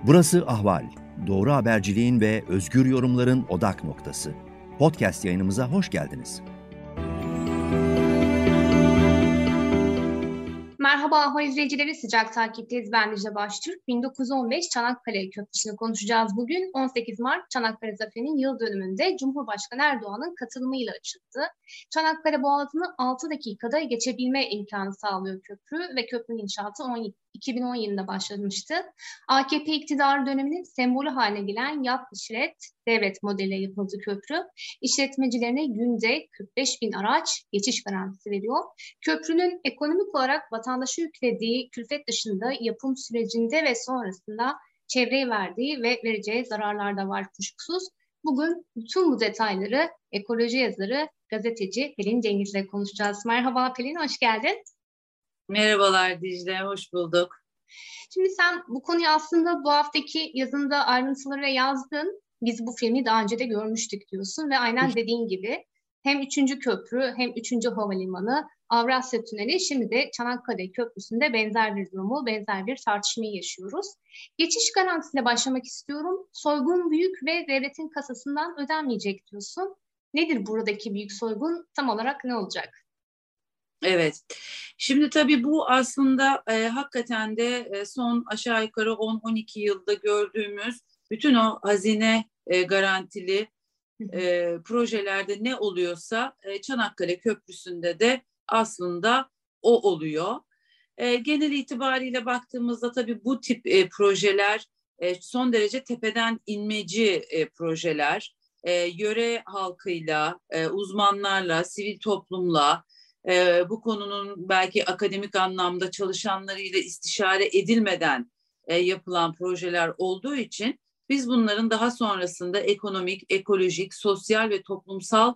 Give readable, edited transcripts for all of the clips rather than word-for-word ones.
Burası Ahval. Doğru haberciliğin ve özgür yorumların odak noktası. Podcast yayınımıza hoş geldiniz. Merhaba Ahval izleyicileri, sıcak takipteyiz. Ben Dicle Baştürk. 1915 Çanakkale Köprüsü'nü konuşacağız bugün. 18 Mart Çanakkale Zaferi'nin yıl dönümünde Cumhurbaşkanı Erdoğan'ın katılımıyla açıldı. Çanakkale Boğazı'nı 6 dakikada geçebilme imkanı sağlıyor köprü ve köprünün inşaatı 2010 yılında başlamıştı. AKP iktidarı döneminin sembolü haline gelen yap işlet devlet modeliyle yapıldı köprü. İşletmecilerine günde 45 bin araç geçiş garantisi veriyor. Köprünün ekonomik olarak vatandaşı yüklediği külfet dışında yapım sürecinde ve sonrasında çevreye verdiği ve vereceği zararlar da var kuşkusuz. Bugün bütün bu detayları ekoloji yazarı, gazeteci Pelin Cengiz'le konuşacağız. Merhaba Pelin, hoş geldin. Merhabalar Dicle, hoş bulduk. Şimdi sen bu konuyu aslında bu haftaki yazında ayrıntıları yazdın. Biz bu filmi daha önce de görmüştük diyorsun ve aynen dediğin gibi hem 3. köprü hem 3. havalimanı, Avrasya Tüneli, şimdi de Çanakkale Köprüsü'nde benzer bir durumu, benzer bir tartışmayı yaşıyoruz. Geçiş garantisiyle başlamak istiyorum. Soygun büyük ve devletin kasasından ödenmeyecek diyorsun. Nedir buradaki büyük soygun? Tam olarak ne olacak? Evet, şimdi tabii bu aslında hakikaten de son aşağı yukarı 10-12 yılda gördüğümüz bütün o hazine garantili projelerde ne oluyorsa Çanakkale Köprüsü'nde de aslında o oluyor. Genel itibariyle baktığımızda tabii bu tip projeler son derece tepeden inmeci projeler. Yöre halkıyla, uzmanlarla, sivil toplumla, bu konunun belki akademik anlamda çalışanlarıyla istişare edilmeden yapılan projeler olduğu için biz bunların daha sonrasında ekonomik, ekolojik, sosyal ve toplumsal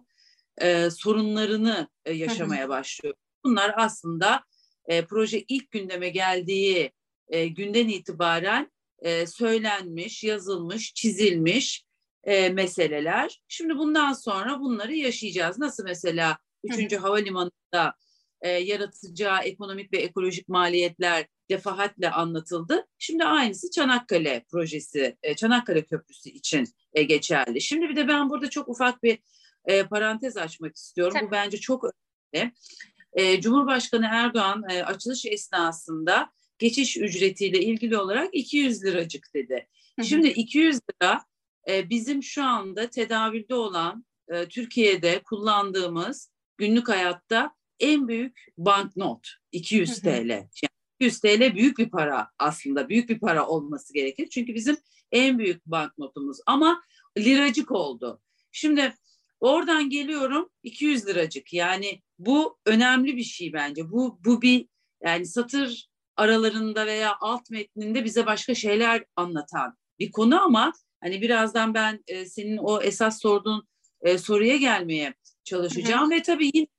sorunlarını yaşamaya başlıyoruz. Bunlar aslında proje ilk gündeme geldiği günden itibaren söylenmiş, yazılmış, çizilmiş meseleler. Şimdi bundan sonra bunları yaşayacağız. Nasıl mesela 3. Havalimanı'nda yaratacağı ekonomik ve ekolojik maliyetler defaatle anlatıldı. Şimdi aynısı Çanakkale projesi, Çanakkale Köprüsü için geçerli. Şimdi bir de ben burada çok ufak bir parantez açmak istiyorum. Tabii. Bu bence çok önemli. Cumhurbaşkanı Erdoğan açılış esnasında geçiş ücretiyle ilgili olarak 200 liracık dedi. Şimdi 200 lira bizim şu anda tedavülde olan Türkiye'de kullandığımız günlük hayatta en büyük banknot 200 TL. Yani 200 TL büyük bir para aslında. Büyük bir para olması gerekir. Çünkü bizim en büyük banknotumuz ama liracık oldu. Şimdi oradan geliyorum 200 liracık. Yani bu önemli bir şey bence. Bu bir yani satır aralarında veya alt metninde bize başka şeyler anlatan bir konu ama hani birazdan ben senin o esas sorduğun soruya gelmeye çalışacağım ve tabii yine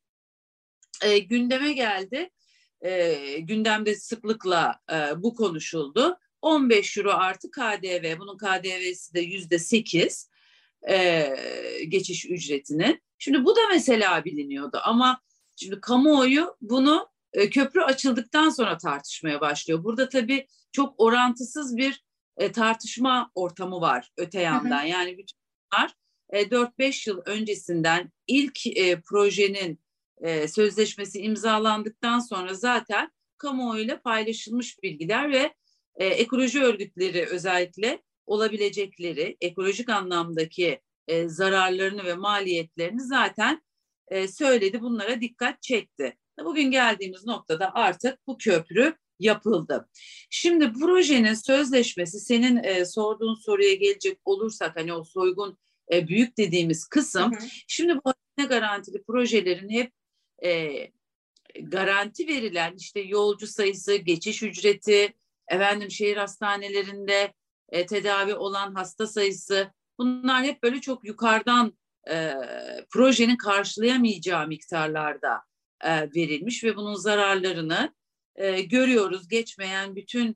gündeme geldi. Gündemde sıklıkla bu konuşuldu. 15 euro artı KDV, bunun KDV'si de %8 geçiş ücretini. Şimdi bu da mesela biliniyordu ama şimdi kamuoyu bunu köprü açıldıktan sonra tartışmaya başlıyor. Burada tabii çok orantısız bir tartışma ortamı var öte yandan. Yani bütün bunlar 4-5 yıl öncesinden ilk projenin sözleşmesi imzalandıktan sonra zaten kamuoyuyla paylaşılmış bilgiler ve ekoloji örgütleri özellikle olabilecekleri ekolojik anlamdaki zararlarını ve maliyetlerini zaten söyledi. Bunlara dikkat çekti. Bugün geldiğimiz noktada artık bu köprü yapıldı. Şimdi projenin sözleşmesi senin sorduğun soruya gelecek olursak hani o soygun büyük dediğimiz kısım. Şimdi bu hazine garantili projelerin hep garanti verilen işte yolcu sayısı, geçiş ücreti, şehir hastanelerinde tedavi olan hasta sayısı, bunlar hep böyle çok yukarıdan projenin karşılayamayacağı miktarlarda verilmiş ve bunun zararlarını görüyoruz. Geçmeyen bütün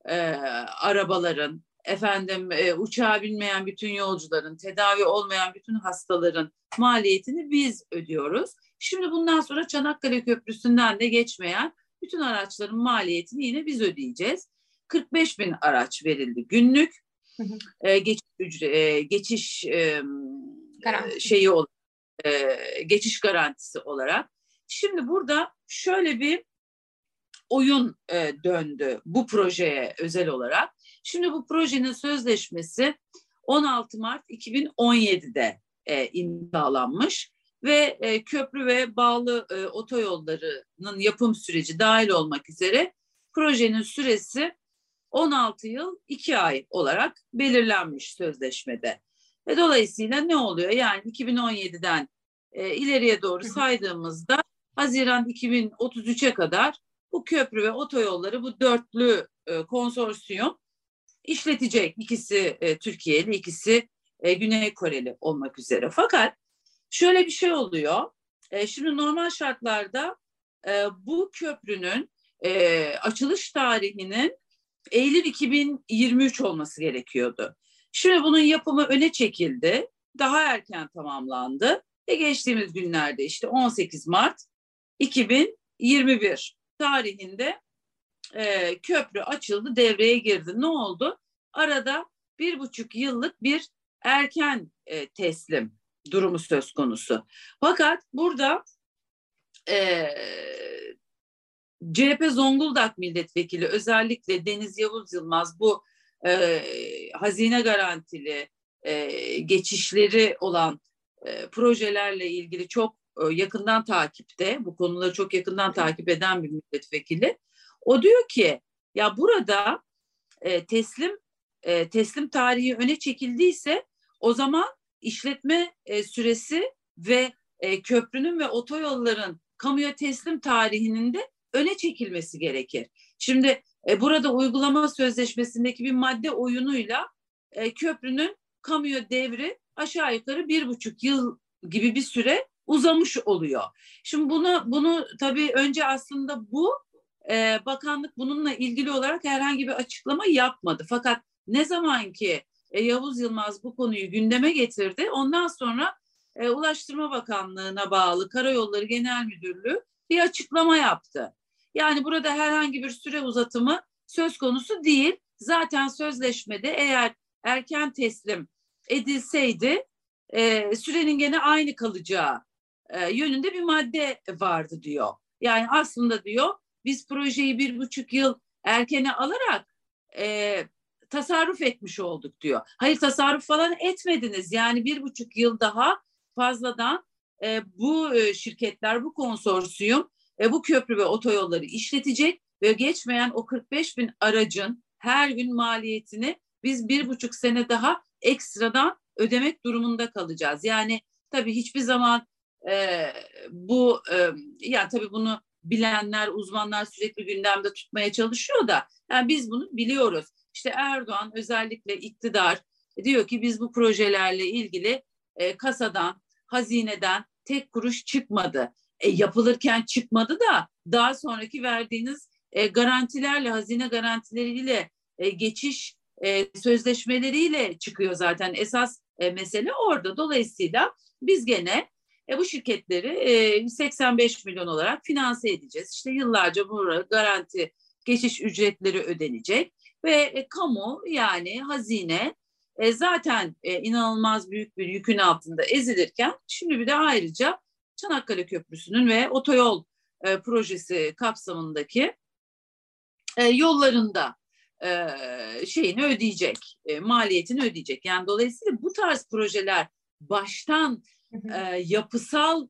arabaların, uçağa binmeyen bütün yolcuların, tedavi olmayan bütün hastaların maliyetini biz ödüyoruz. Şimdi bundan sonra Çanakkale Köprüsü'nden de geçmeyen bütün araçların maliyetini yine biz ödeyeceğiz. 45 bin araç verildi günlük. Geçiş Garantisi. geçiş garantisi olarak. Şimdi burada şöyle bir oyun döndü bu projeye özel olarak. Şimdi bu projenin sözleşmesi 16 Mart 2017'de imzalanmış ve köprü ve bağlı otoyollarının yapım süreci dahil olmak üzere projenin süresi 16 yıl 2 ay olarak belirlenmiş sözleşmede. Ve dolayısıyla ne oluyor? Yani 2017'den ileriye doğru saydığımızda Haziran 2033'e kadar bu köprü ve otoyolları bu dörtlü konsorsiyum işletecek. İkisi Türkiye'li, ikisi Güney Koreli olmak üzere. Fakat şöyle bir şey oluyor. Şimdi normal şartlarda bu köprünün açılış tarihinin Eylül 2023 olması gerekiyordu. Şimdi bunun yapımı öne çekildi. Daha erken tamamlandı. Ve geçtiğimiz günlerde işte 18 Mart 2021 tarihinde köprü açıldı, devreye girdi. Ne oldu? Arada 1,5 yıllık bir erken teslim durumu söz konusu. Fakat burada CHP Zonguldak Milletvekili özellikle Deniz Yavuz Yılmaz bu hazine garantili geçişleri olan projelerle ilgili çok yakından takipte, bu konuları çok yakından takip eden bir milletvekili. O diyor ki ya burada teslim tarihi öne çekildiyse o zaman işletme süresi ve köprünün ve otoyolların kamuya teslim tarihinin de öne çekilmesi gerekir. Şimdi burada uygulama sözleşmesindeki bir madde oyunuyla köprünün kamuya devri aşağı yukarı 1,5 yıl gibi bir süre uzamış oluyor. Şimdi bunu tabii önce aslında bu bakanlık bununla ilgili olarak herhangi bir açıklama yapmadı. Fakat ne zaman ki Yavuz Yılmaz bu konuyu gündeme getirdi, ondan sonra Ulaştırma Bakanlığı'na bağlı Karayolları Genel Müdürlüğü bir açıklama yaptı. Yani burada herhangi bir süre uzatımı söz konusu değil. Zaten sözleşmede eğer erken teslim edilseydi sürenin gene aynı kalacağı yönünde bir madde vardı diyor. Yani aslında diyor biz projeyi 1,5 yıl erkene alarak tasarruf etmiş olduk diyor. Hayır, tasarruf falan etmediniz. Yani 1,5 yıl daha fazladan bu şirketler, bu konsorsiyum bu köprü ve otoyolları işletecek ve geçmeyen o 45.000 aracın her gün maliyetini biz 1,5 sene daha ekstradan ödemek durumunda kalacağız. Yani tabii hiçbir zaman yani tabii bunu bilenler, uzmanlar sürekli gündemde tutmaya çalışıyor da yani biz bunu biliyoruz. İşte Erdoğan özellikle iktidar diyor ki biz bu projelerle ilgili kasadan, hazineden tek kuruş çıkmadı. Yapılırken çıkmadı da daha sonraki verdiğiniz garantilerle, hazine garantileriyle, geçiş sözleşmeleriyle çıkıyor zaten. Esas mesele orada. Dolayısıyla biz gene bu şirketleri 85 milyon olarak finanse edeceğiz. İşte yıllarca bu garanti geçiş ücretleri ödenecek ve kamu yani hazine zaten inanılmaz büyük bir yükün altında ezilirken şimdi bir de ayrıca Çanakkale Köprüsü'nün ve otoyol projesi kapsamındaki yollarında şeyini ödeyecek, maliyetini ödeyecek. Yani dolayısıyla bu tarz projeler baştan yapısal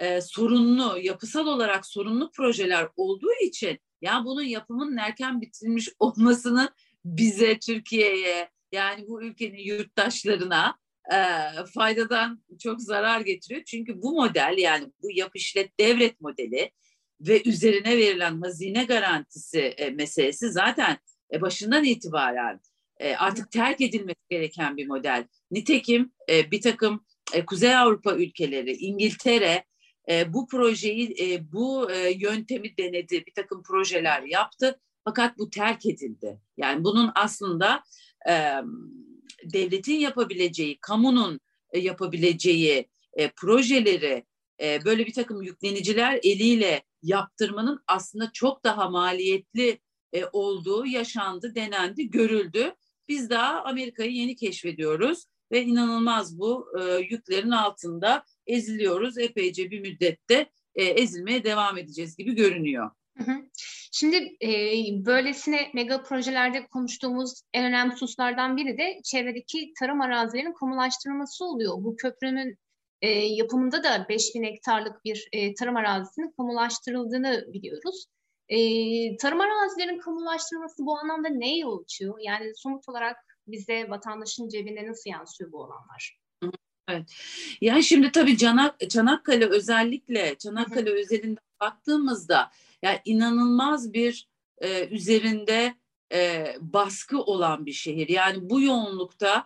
olarak sorunlu projeler olduğu için yani bunun yapımının erken bitirilmiş olmasını bize, Türkiye'ye yani bu ülkenin yurttaşlarına faydadan çok zarar getiriyor. Çünkü bu model yani bu yap işlet devret modeli ve üzerine verilen hazine garantisi meselesi zaten başından itibaren artık terk edilmesi gereken bir model. Nitekim bir takım Kuzey Avrupa ülkeleri, İngiltere bu projeyi, bu yöntemi denedi, bir takım projeler yaptı. Fakat bu terk edildi. Yani bunun aslında devletin yapabileceği, kamunun yapabileceği projeleri böyle bir takım yükleniciler eliyle yaptırmanın aslında çok daha maliyetli olduğu yaşandı, denendi, görüldü. biz daha Amerika'yı yeni keşfediyoruz ve inanılmaz bu yüklerin altında eziliyoruz. Epeyce bir müddette ezilmeye devam edeceğiz gibi görünüyor. Şimdi böylesine mega projelerde konuştuğumuz en önemli hususlardan biri de çevredeki tarım arazilerinin kamulaştırılması oluyor. Bu köprünün yapımında da 5.000 hektarlık bir tarım arazisinin kamulaştırıldığını biliyoruz. Tarım arazilerinin kamulaştırılması bu anlamda neye yol açıyor? Yani somut olarak bize vatandaşın cebine nasıl yansıyor bu olanlar? Evet. Yani şimdi tabii Çanakkale özellikle Çanakkale özelinde baktığımızda yani inanılmaz bir üzerinde baskı olan bir şehir. Yani bu yoğunlukta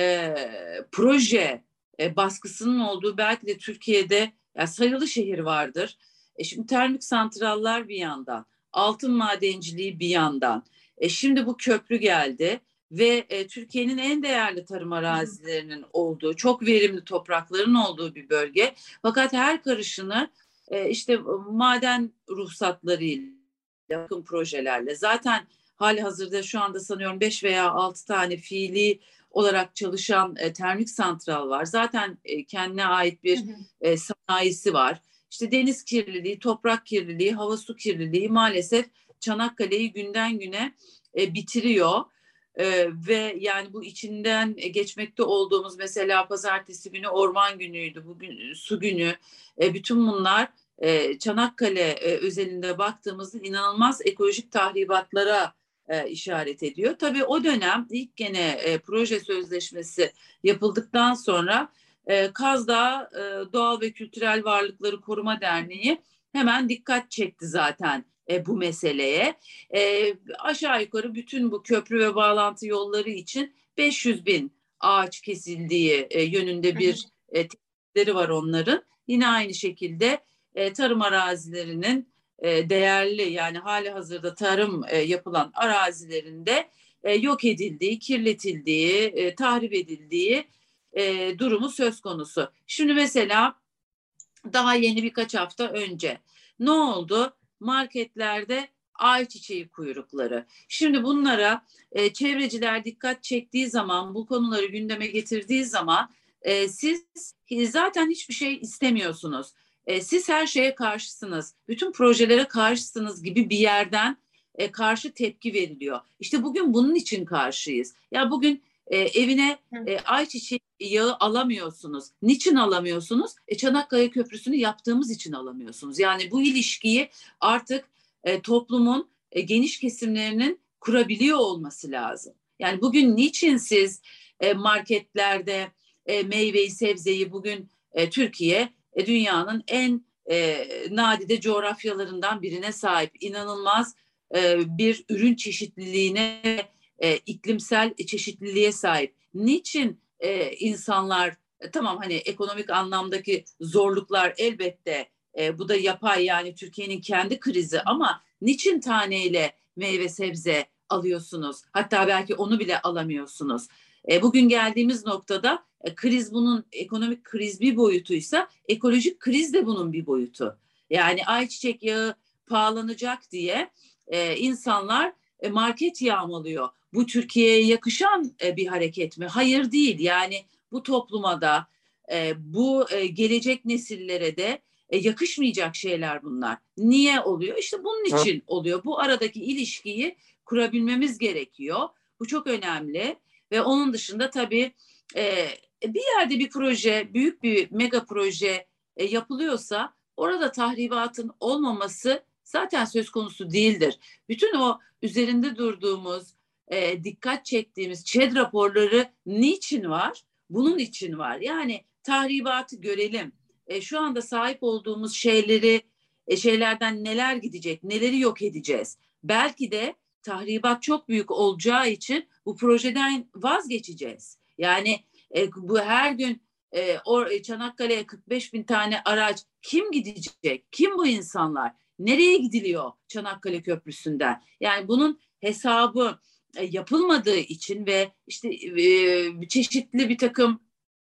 proje baskısının olduğu belki de Türkiye'de yani sayılı şehir vardır. Şimdi termik santrallar bir yandan, altın madenciliği bir yandan. Şimdi bu köprü geldi. Ve Türkiye'nin en değerli tarım arazilerinin olduğu, çok verimli toprakların olduğu bir bölge. Fakat her karışını işte maden ruhsatlarıyla, yakın projelerle zaten hali hazırda şu anda sanıyorum 5 veya 6 tane fiili olarak çalışan termik santral var. Zaten kendine ait bir sanayisi var. İşte deniz kirliliği, toprak kirliliği, hava su kirliliği maalesef Çanakkale'yi günden güne bitiriyor. Ve yani bu içinden geçmekte olduğumuz mesela pazartesi günü orman günüydü, bugün su günü, bütün bunlar Çanakkale özelinde baktığımızda inanılmaz ekolojik tahribatlara işaret ediyor. Tabii o dönem ilk gene proje sözleşmesi yapıldıktan sonra Kaz Dağı Doğal ve Kültürel Varlıkları Koruma Derneği hemen dikkat çekti zaten bu meseleye. Aşağı yukarı bütün bu köprü ve bağlantı yolları için 500 bin ağaç kesildiği yönünde bir tespitleri var onların. Yine aynı şekilde tarım arazilerinin değerli yani hali hazırda tarım yapılan arazilerinde yok edildiği, kirletildiği, tahrip edildiği durumu söz konusu. Şimdi mesela daha yeni birkaç hafta önce ne oldu? Marketlerde ayçiçeği kuyrukları. Şimdi bunlara çevreciler dikkat çektiği zaman, bu konuları gündeme getirdiği zaman siz zaten hiçbir şey istemiyorsunuz. Siz her şeye karşısınız, bütün projelere karşısınız gibi bir yerden karşı tepki veriliyor. İşte bugün bunun için karşıyız. Ya bugün evine ayçiçeği yağı alamıyorsunuz. Niçin alamıyorsunuz? Çanakkale Köprüsü'nü yaptığımız için alamıyorsunuz. Yani bu ilişkiyi artık toplumun geniş kesimlerinin kurabiliyor olması lazım. Yani bugün niçin siz marketlerde meyveyi, sebzeyi bugün Türkiye dünyanın en nadide coğrafyalarından birine sahip. İnanılmaz bir ürün çeşitliliğine, iklimsel çeşitliliğe sahip. Niçin insanlar tamam hani ekonomik anlamdaki zorluklar elbette bu da yapay yani Türkiye'nin kendi krizi ama niçin taneyle meyve sebze alıyorsunuz? Hatta belki onu bile alamıyorsunuz. Bugün geldiğimiz noktada kriz bunun ekonomik kriz bir boyutuysa ekolojik kriz de bunun bir boyutu. Yani ayçiçek yağı pahalanacak diye insanlar market yağmalıyor. Bu Türkiye'ye yakışan bir hareket mi? Hayır değil. Yani bu topluma da bu gelecek nesillere de yakışmayacak şeyler bunlar. Niye oluyor? İşte bunun için oluyor. Bu aradaki ilişkiyi kurabilmemiz gerekiyor. Bu çok önemli. Ve onun dışında tabii bir yerde bir proje, büyük bir mega proje yapılıyorsa orada tahribatın olmaması zaten söz konusu değildir. Bütün o üzerinde durduğumuz, dikkat çektiğimiz ÇED raporları niçin var? Bunun için var. Yani tahribatı görelim. Şu anda sahip olduğumuz şeylerden neler gidecek, neleri yok edeceğiz? Belki de tahribat çok büyük olacağı için bu projeden vazgeçeceğiz. Yani bu her gün Çanakkale'ye 45 bin tane araç kim gidecek? Kim bu insanlar? Nereye gidiliyor Çanakkale Köprüsü'nden? Yani bunun hesabı yapılmadığı için ve işte çeşitli bir takım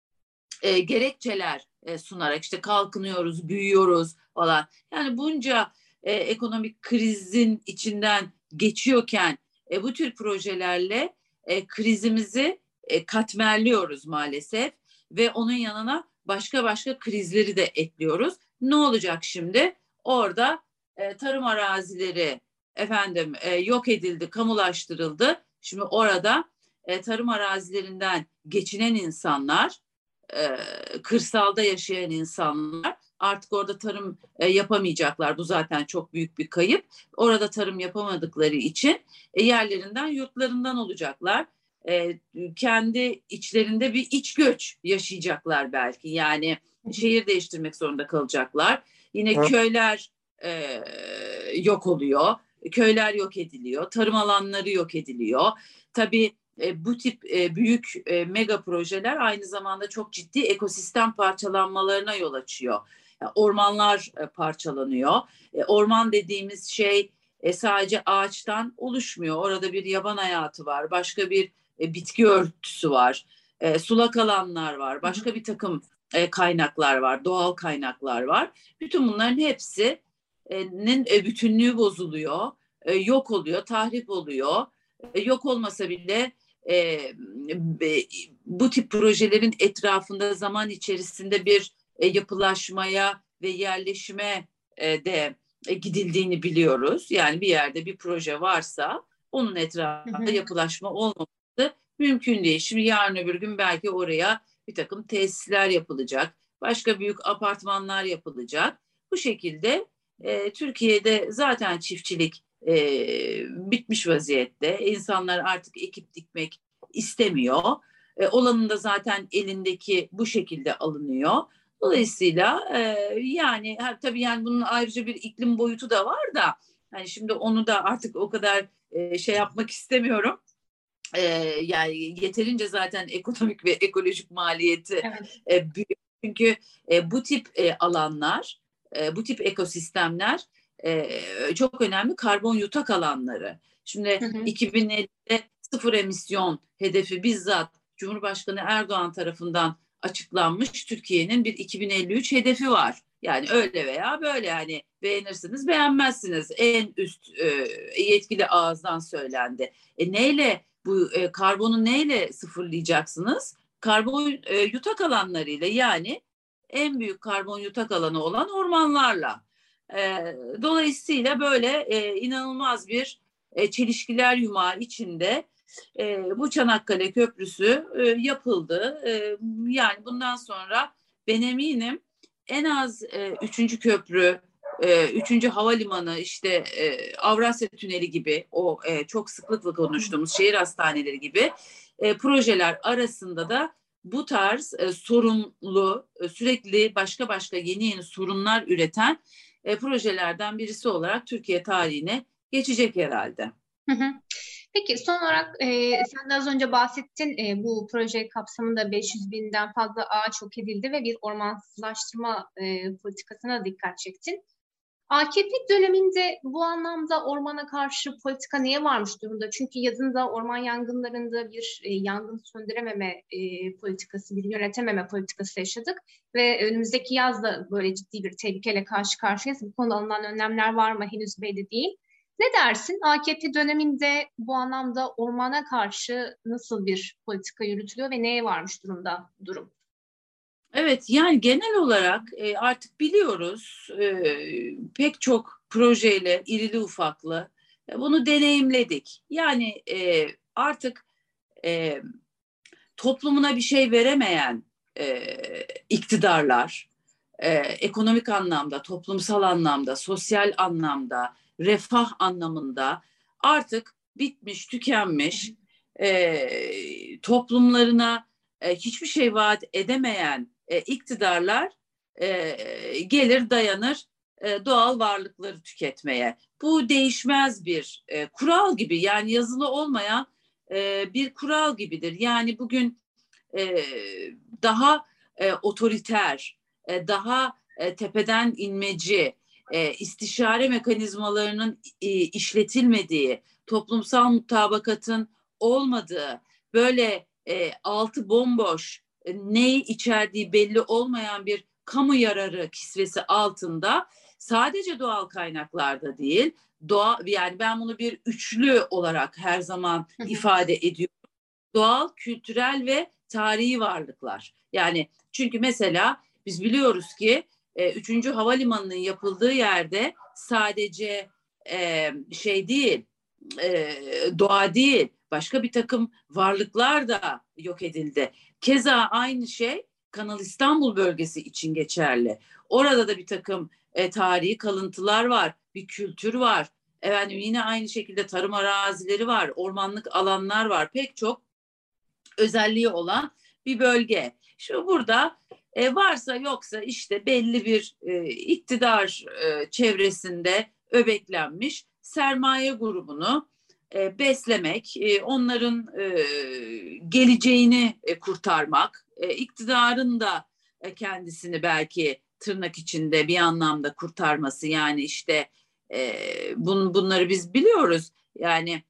gerekçeler sunarak işte kalkınıyoruz, büyüyoruz falan. Yani bunca ekonomik krizin içinden geçiyorken bu tür projelerle krizimizi katmerliyoruz maalesef ve onun yanına başka krizleri de ekliyoruz. Ne olacak şimdi? Orada tarım arazileri yok edildi, kamulaştırıldı. Şimdi orada tarım arazilerinden geçinen insanlar, kırsalda yaşayan insanlar artık orada tarım yapamayacaklar. Bu zaten çok büyük bir kayıp. Orada tarım yapamadıkları için yerlerinden, yurtlarından olacaklar. Kendi içlerinde bir iç göç yaşayacaklar belki. Yani şehir değiştirmek zorunda kalacaklar. Yine köyler yok oluyor. Köyler yok ediliyor. Tarım alanları yok ediliyor. Tabii bu tip büyük mega projeler aynı zamanda çok ciddi ekosistem parçalanmalarına yol açıyor. Yani ormanlar parçalanıyor. Orman dediğimiz şey sadece ağaçtan oluşmuyor. Orada bir yaban hayatı var. Başka bir bitki örtüsü var. Sulak alanlar var. Başka bir takım kaynaklar var. Doğal kaynaklar var. Bütün bunların hepsinin bütünlüğü bozuluyor. Yok oluyor, tahrip oluyor. Yok olmasa bile bu tip projelerin etrafında zaman içerisinde bir yapılaşmaya ve yerleşime de gidildiğini biliyoruz. Yani bir yerde bir proje varsa onun etrafında yapılaşma olmaması mümkün değil. Şimdi yarın öbür gün belki oraya bir takım tesisler yapılacak, başka büyük apartmanlar yapılacak. Bu şekilde Türkiye'de zaten çiftçilik bitmiş vaziyette. İnsanlar artık ekip dikmek istemiyor. Olanın da zaten elindeki bu şekilde alınıyor. Dolayısıyla yani tabii yani bunun ayrıca bir iklim boyutu da var da yani şimdi onu da artık o kadar şey yapmak istemiyorum. Yani yeterince zaten ekonomik ve ekolojik maliyeti büyük. Çünkü bu tip alanlar, bu tip ekosistemler çok önemli karbon yutak alanları. Şimdi 2050'de sıfır emisyon hedefi bizzat Cumhurbaşkanı Erdoğan tarafından açıklanmış. Türkiye'nin bir 2053 hedefi var. Yani öyle veya böyle yani beğenirsiniz beğenmezsiniz en üst yetkili ağızdan söylendi. Neyle bu karbonu neyle sıfırlayacaksınız? Karbon yutak alanlarıyla yani en büyük karbon yutak alanı olan ormanlarla. Dolayısıyla böyle inanılmaz bir çelişkiler yumağı içinde bu Çanakkale Köprüsü yapıldı. Yani bundan sonra ben eminim en az 3. köprü, 3. havalimanı, işte Avrasya Tüneli gibi o çok sıklıkla konuştuğumuz şehir hastaneleri gibi projeler arasında da bu tarz sorunlu, sürekli başka yeni sorunlar üreten projelerden birisi olarak Türkiye tarihine geçecek herhalde. Peki son olarak sen de az önce bahsettin bu proje kapsamında 500 binden fazla ağaç yok edildi ve bir ormansızlaştırma politikasına dikkat çektin. AKP döneminde bu anlamda ormana karşı politika neye varmış durumda? Çünkü yazında orman yangınlarında bir yangın söndürememe politikası, bir yönetememe politikası yaşadık. Ve önümüzdeki yaz da böyle ciddi bir tehlikeyle karşı karşıyayız. Bu konuda alınan önlemler var mı henüz belli değil. Ne dersin? AKP döneminde bu anlamda ormana karşı nasıl bir politika yürütülüyor ve neye varmış durumda durum? Evet, yani genel olarak artık biliyoruz pek çok projeyle irili ufaklı bunu deneyimledik. Yani artık toplumuna bir şey veremeyen iktidarlar ekonomik anlamda, toplumsal anlamda, sosyal anlamda, refah anlamında artık bitmiş, tükenmiş, toplumlarına hiçbir şey vaat edemeyen iktidarlar gelir dayanır doğal varlıkları tüketmeye. Bu değişmez bir kural gibi, yani yazılı olmayan bir kural gibidir. Yani bugün daha otoriter, daha tepeden inmeci, istişare mekanizmalarının işletilmediği, toplumsal mutabakatın olmadığı, böyle altı bomboş, neyi içerdiği belli olmayan bir kamu yararı kisvesi altında sadece doğal kaynaklarda değil, yani ben bunu bir üçlü olarak her zaman ifade ediyorum. doğal, kültürel ve tarihi varlıklar. Yani çünkü mesela biz biliyoruz ki 3. Havalimanı'nın yapıldığı yerde sadece şey değil, doğa değil, başka bir takım varlıklar da yok edildi. Keza aynı şey Kanal İstanbul bölgesi için geçerli. Orada da bir takım tarihi kalıntılar var, bir kültür var. Efendim yine aynı şekilde tarım arazileri var, ormanlık alanlar var, pek çok özelliği olan bir bölge. Şimdi burada varsa yoksa işte belli bir iktidar çevresinde öbeklenmiş sermaye grubunu beslemek, onların geleceğini kurtarmak, iktidarın da kendisini belki tırnak içinde bir anlamda kurtarması, yani işte bunları biz biliyoruz. Yani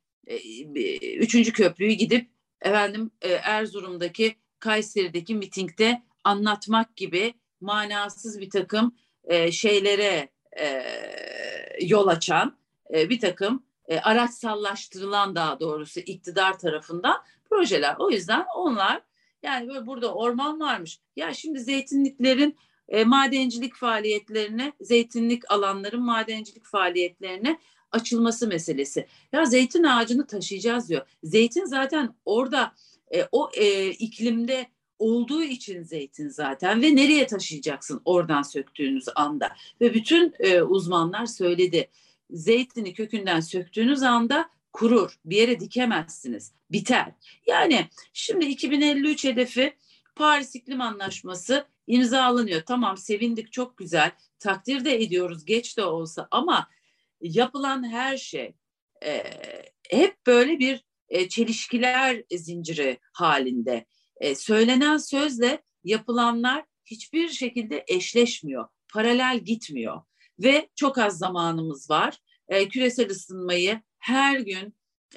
3. köprüyü gidip efendim Erzurum'daki, Kayseri'deki mitingde anlatmak gibi manasız bir takım şeylere yol açan bir takım araçsallaştırılan, daha doğrusu iktidar tarafından projeler. O yüzden onlar, yani böyle burada orman varmış. Ya şimdi zeytinliklerin madencilik faaliyetlerine, zeytinlik alanların madencilik faaliyetlerine açılması meselesi. Ya zeytin ağacını taşıyacağız diyor. Zeytin zaten orada o iklimde olduğu için zeytin zaten, ve nereye taşıyacaksın oradan söktüğünüz anda? Ve bütün uzmanlar söyledi. Zeytini kökünden söktüğünüz anda kurur. Bir yere dikemezsiniz. Biter. Yani şimdi 2053 hedefi, Paris İklim Anlaşması imzalanıyor. Tamam, sevindik, çok güzel. Takdir de ediyoruz geç de olsa, ama yapılan her şey hep böyle bir çelişkiler zinciri halinde. Söylenen sözle yapılanlar hiçbir şekilde eşleşmiyor, paralel gitmiyor ve çok az zamanımız var. Küresel ısınmayı her gün,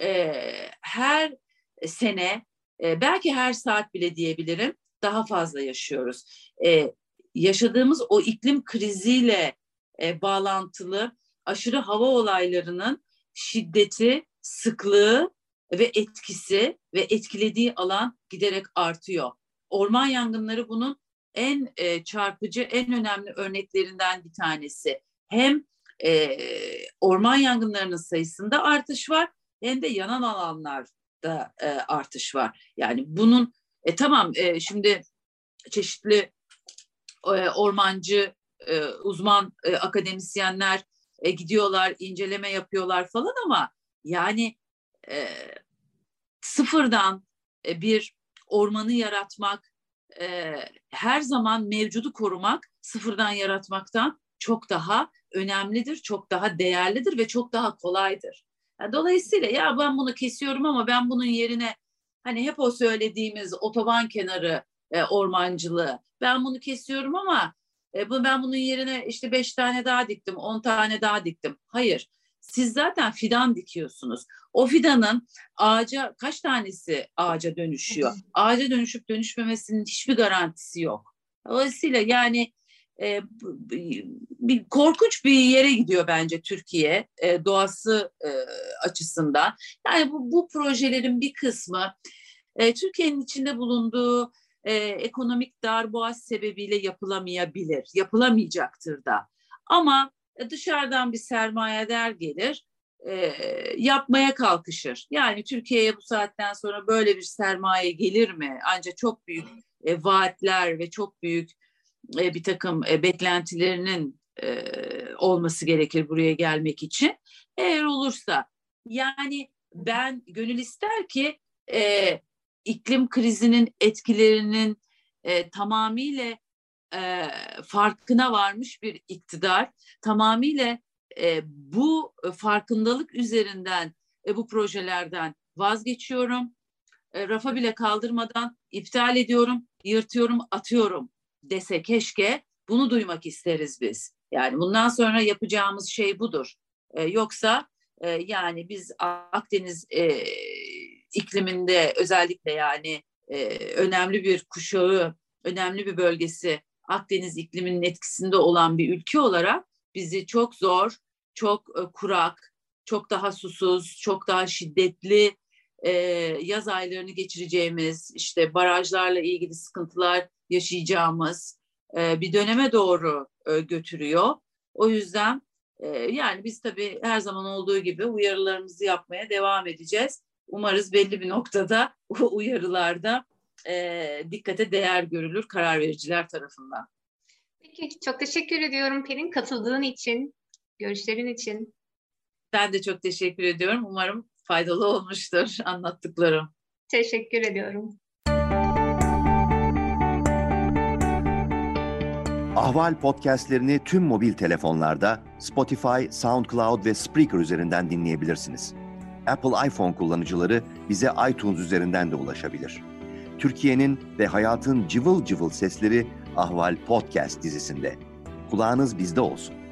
her sene, belki her saat bile diyebilirim, daha fazla yaşıyoruz. Yaşadığımız o iklim kriziyle bağlantılı aşırı hava olaylarının şiddeti, sıklığı ve etkisi ve etkilediği alan giderek artıyor. Orman yangınları bunun en çarpıcı, en önemli örneklerinden bir tanesi. Hem orman yangınlarının sayısında artış var, hem de yanan alanlarda artış var. Yani bunun tamam, şimdi çeşitli ormancı uzman akademisyenler gidiyorlar, inceleme yapıyorlar falan, ama yani sıfırdan bir ormanı yaratmak, her zaman mevcudu korumak sıfırdan yaratmaktan çok daha önemlidir, çok daha değerlidir ve çok daha kolaydır. Yani dolayısıyla ya ben bunu kesiyorum ama ben bunun yerine, hani hep o söylediğimiz otoban kenarı ormancılığı, ben bunu kesiyorum ama ben bunun yerine işte 5 tane daha diktim, 10 tane daha diktim. Hayır. Siz zaten fidan dikiyorsunuz. O fidanın ağaca, kaç tanesi ağaca dönüşüyor? Ağaca dönüşüp dönüşmemesinin hiçbir garantisi yok. Dolayısıyla yani bir korkunç bir yere gidiyor bence Türkiye doğası açısından. Yani bu projelerin bir kısmı Türkiye'nin içinde bulunduğu ekonomik darboğaz sebebiyle yapılamayabilir, yapılamayacaktır da. Ama dışarıdan bir sermayeler gelir, yapmaya kalkışır. Yani Türkiye'ye bu saatten sonra böyle bir sermaye gelir mi? Ancak çok büyük vaatler ve çok büyük bir takım beklentilerinin olması gerekir buraya gelmek için. Eğer olursa, yani ben gönül ister ki iklim krizinin etkilerinin tamamıyla farkına varmış bir iktidar, tamamıyla bu farkındalık üzerinden bu projelerden vazgeçiyorum, rafa bile kaldırmadan iptal ediyorum, yırtıyorum, atıyorum dese keşke. Bunu duymak isteriz biz. Yani bundan sonra yapacağımız şey budur. Yoksa yani biz Akdeniz ikliminde özellikle, yani önemli bir kuşağı, önemli bir bölgesi Akdeniz ikliminin etkisinde olan bir ülke olarak bizi çok zor, çok kurak, çok daha susuz, çok daha şiddetli yaz aylarını geçireceğimiz, işte barajlarla ilgili sıkıntılar yaşayacağımız bir döneme doğru götürüyor. O yüzden yani biz tabii her zaman olduğu gibi uyarılarımızı yapmaya devam edeceğiz. Umarız belli bir noktada o uyarılarda dikkate değer görülür karar vericiler tarafından. Peki, çok teşekkür ediyorum Pelin, katıldığın için, görüşlerin için. Ben de çok teşekkür ediyorum. Umarım faydalı olmuştur anlattıklarım. Teşekkür ediyorum. Ahval podcastlerini tüm mobil telefonlarda Spotify, SoundCloud ve Spreaker üzerinden dinleyebilirsiniz. Apple iPhone kullanıcıları bize iTunes üzerinden de ulaşabilir. Türkiye'nin ve hayatın cıvıl cıvıl sesleri Ahval Podcast dizisinde. Kulağınız bizde olsun.